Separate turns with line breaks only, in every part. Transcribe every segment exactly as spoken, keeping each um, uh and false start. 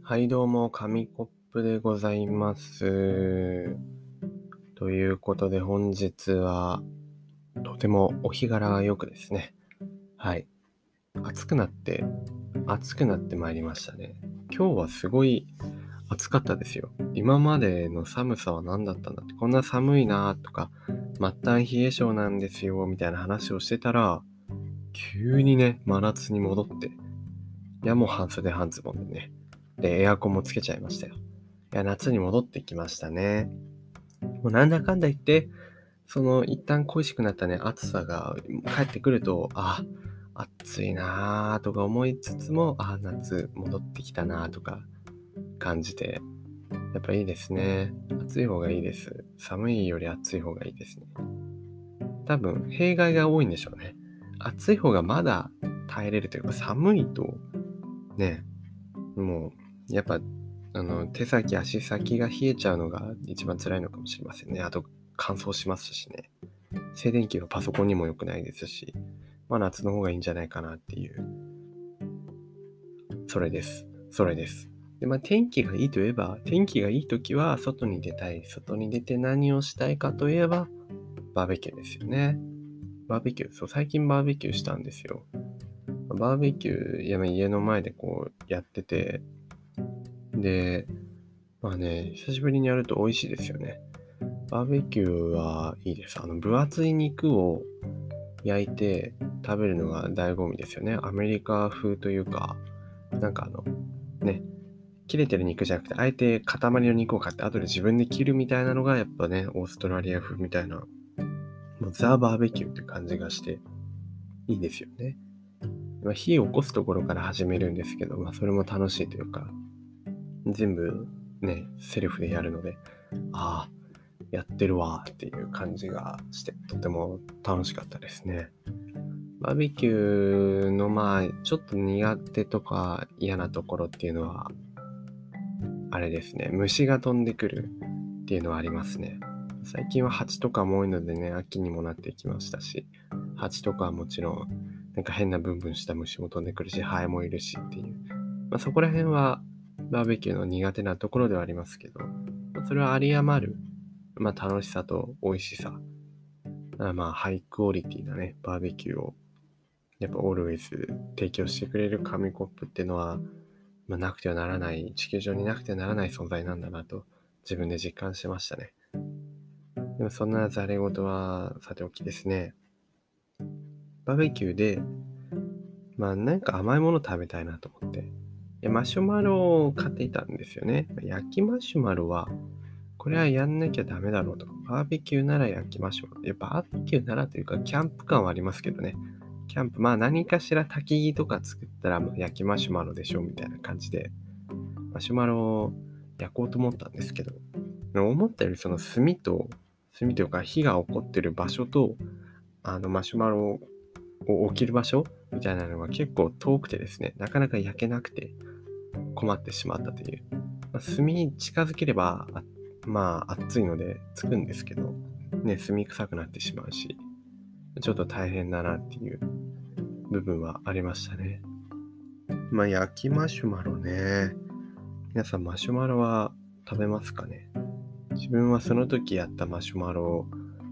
はいどうも、紙コップでございます。ということで本日はとてもお日柄が良くですね。はい。暑くなって、暑くなってまいりましたね。今日はすごい暑かったですよ。今までの寒さは何だったんだって、こんな寒いなとか、末端冷え性なんですよ、みたいな話をしてたら、急にね、真夏に戻って、いやもう半袖半ズボンでね。で、エアコンもつけちゃいましたよ。いや、夏に戻ってきましたね。もうなんだかんだ言って、その一旦恋しくなったね、暑さが帰ってくると、あ、暑いなーとか思いつつも、あ、夏戻ってきたなーとか感じて、やっぱいいですね。暑い方がいいです。寒いより暑い方がいいですね。多分、弊害が多いんでしょうね。暑い方がまだ耐えれるというか、寒いと、ね、もう、やっぱ、あの、手先、足先が冷えちゃうのが一番辛いのかもしれませんね。あと、乾燥しますしね。静電気がパソコンにも良くないですし、まあ夏の方がいいんじゃないかなっていう。それです。それです。で、まあ天気がいいといえば、天気がいいときは外に出たい。外に出て何をしたいかといえば、バーベキューですよね。バーベキュー。そう、最近バーベキューしたんですよ。バーベキュー、いや家の前でこうやってて、で、まあね、久しぶりにやると美味しいですよね。バーベキューはいいです。あの、分厚い肉を焼いて食べるのが醍醐味ですよね。アメリカ風というか、なんかあの、ね、切れてる肉じゃなくて、あえて塊の肉を買って後で自分で切るみたいなのがやっぱね、オーストラリア風みたいな、もうザ・バーベキューって感じがしていいですよね。まあ、火を起こすところから始めるんですけど、まあそれも楽しいというか、全部ね、セルフでやるので、ああ、やってるわーっていう感じがして、とても楽しかったですね。バーベキューのまあ、ちょっと苦手とか嫌なところっていうのは、あれですね、虫が飛んでくるっていうのはありますね。最近は蜂とかも多いのでね、秋にもなってきましたし、蜂とかはもちろん、なんか変なブンブンした虫も飛んでくるし、ハエもいるしっていう。まあそこら辺はバーベキューの苦手なところではありますけど、それは有り余る、まあ楽しさと美味しさ、まあハイクオリティなね、バーベキューをやっぱオールウェイズ提供してくれる紙コップっていうのは、まあ、なくてはならない、地球上になくてはならない存在なんだなと自分で実感しましたね。でもそんなざれ言はさておきですね。バーベキューで、まあなんか甘いもの食べたいなと思って、いやマシュマロを買っていたんですよね。焼きマシュマロは、これはやんなきゃダメだろうと。バーベキューなら焼きマシュマロ。いや、バーベキューならというか、キャンプ感はありますけどね。キャンプ、まあ何かしら焚き木とか作ったら焼きマシュマロでしょみたいな感じで、マシュマロを焼こうと思ったんですけど、思ったよりその炭と、炭というか火が起こってる場所と、あのマシュマロを置ける場所みたいなのが結構遠くてですね、なかなか焼けなくて困ってしまったという。まあ、炭に近づければ、まあ暑いのでつくんですけど、ね、炭臭くなってしまうし、ちょっと大変だなっていう部分はありましたね。まあ焼きマシュマロね。皆さんマシュマロは食べますかね？自分はその時やったマシュマロ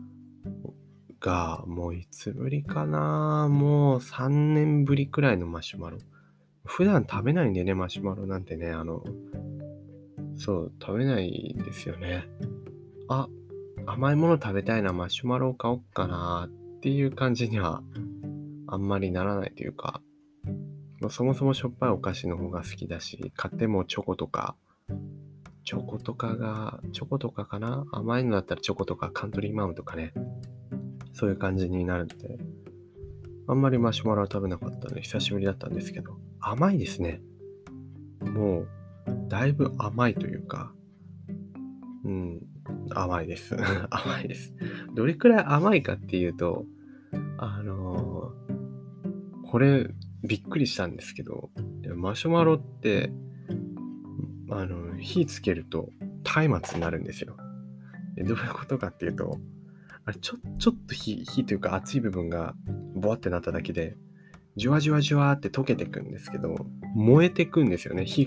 がもういつぶりかな？もうさんねんぶりくらいのマシュマロ。普段食べないんでね、マシュマロなんてね、あの、そう、食べないですよね。あ、甘いもの食べたいな、マシュマロを買おうかなっていう感じにはあんまりならないというか、そもそもしょっぱいお菓子の方が好きだし、買ってもチョコとか、チョコとかが、チョコとかかな？甘いのだったらチョコとかカントリーマアムとかね、そういう感じになるので、あんまりマシュマロは食べなかったので久しぶりだったんですけど、甘いですね。もう、だいぶ甘いというか、うん、甘いです。甘いです。どれくらい甘いかっていうと、あのー、これ、びっくりしたんですけど、マシュマロって、あの、火つけると松明になるんですよ。どういうことかっていうと、あれちょ、ちょっと火、火というか熱い部分がボワってなっただけで、じゅわじゅわじゅわって溶けてくんですけど、燃えてくんですよね、火が。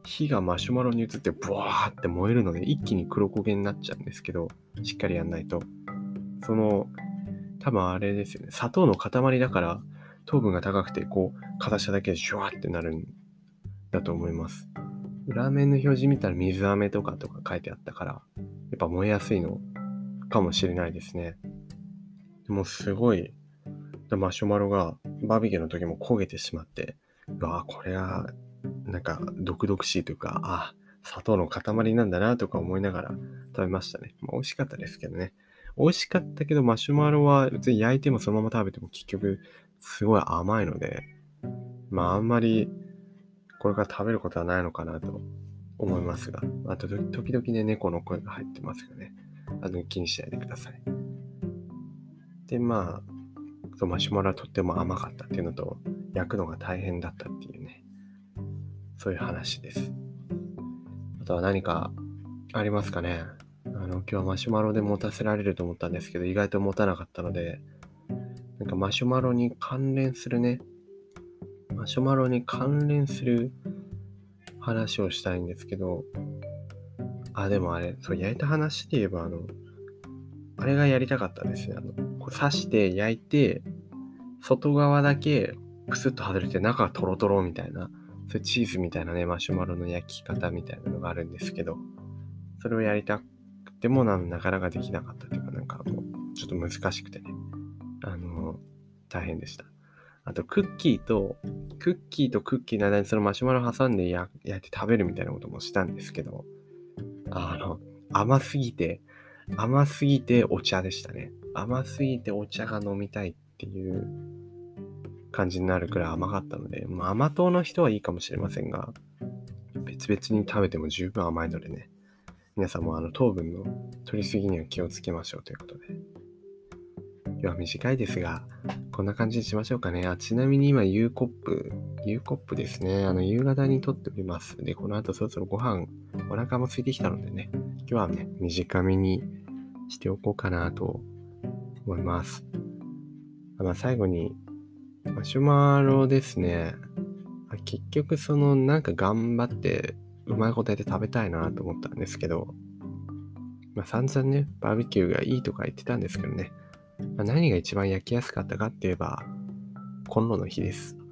火がマシュマロに移ってブワーって燃えるので一気に黒焦げになっちゃうんですけど、しっかりやんないと。その、多分あれですよね。砂糖の塊だから糖分が高くて、こう、かざしただけでシュワーってなるんだと思います。裏面の表示見たら水飴とかとか書いてあったから、やっぱ燃えやすいのかもしれないですね。でもすごい、マシュマロがバーベキューの時も焦げてしまって、うわぁ、これはなんか毒々しいというか、あ、砂糖の塊なんだなとか思いながら食べましたね。まあ、美味しかったですけどね。美味しかったけど、マシュマロは別に焼いてもそのまま食べても結局すごい甘いので、まああんまりこれから食べることはないのかなと思いますが、あと時々ね、猫の声が入ってますがね、あの気にしないでください。で、まあ、そうマシュマロはとっても甘かったっていうのと、焼くのが大変だったっていうね、そういう話です。あとは何かありますかね。あの、今日はマシュマロで持たせられると思ったんですけど、意外と持たなかったので、なんかマシュマロに関連するね、マシュマロに関連する話をしたいんですけど、あ、でもあれ、そう、焼いた話で言えば、あの、あれがやりたかったですね。あの、こう刺して焼いて、外側だけプスッと外れて中がトロトロみたいな、そういうチーズみたいなね、マシュマロの焼き方みたいなのがあるんですけど、それをやりたくてもなかなかできなかったというか、なんかもうちょっと難しくてね、あの、大変でした。あと、クッキーと、クッキーとクッキーの間にそのマシュマロ挟んで焼いて食べるみたいなこともしたんですけど、あの、甘すぎて、甘すぎてお茶でしたね。甘すぎてお茶が飲みたいっていう感じになるくらい甘かったので、まあ、甘党の人はいいかもしれませんが、別々に食べても十分甘いのでね、皆さんもあの糖分の取りすぎには気をつけましょうということで。今日は短いですが、こんな感じにしましょうかね。あ、ちなみに今、U コップ、U コップですね。あの、夕方に撮っております。で、この後そろそろご飯、お腹も空いてきたのでね、今日はね、短めにしておこうかなと思います。まあ、最後に、マシュマロですね。結局そのなんか頑張ってうまいことやって食べたいなと思ったんですけど、まあ散々ね、バーベキューがいいとか言ってたんですけどね、まあ、何が一番焼きやすかったかって言えば、コンロの火です。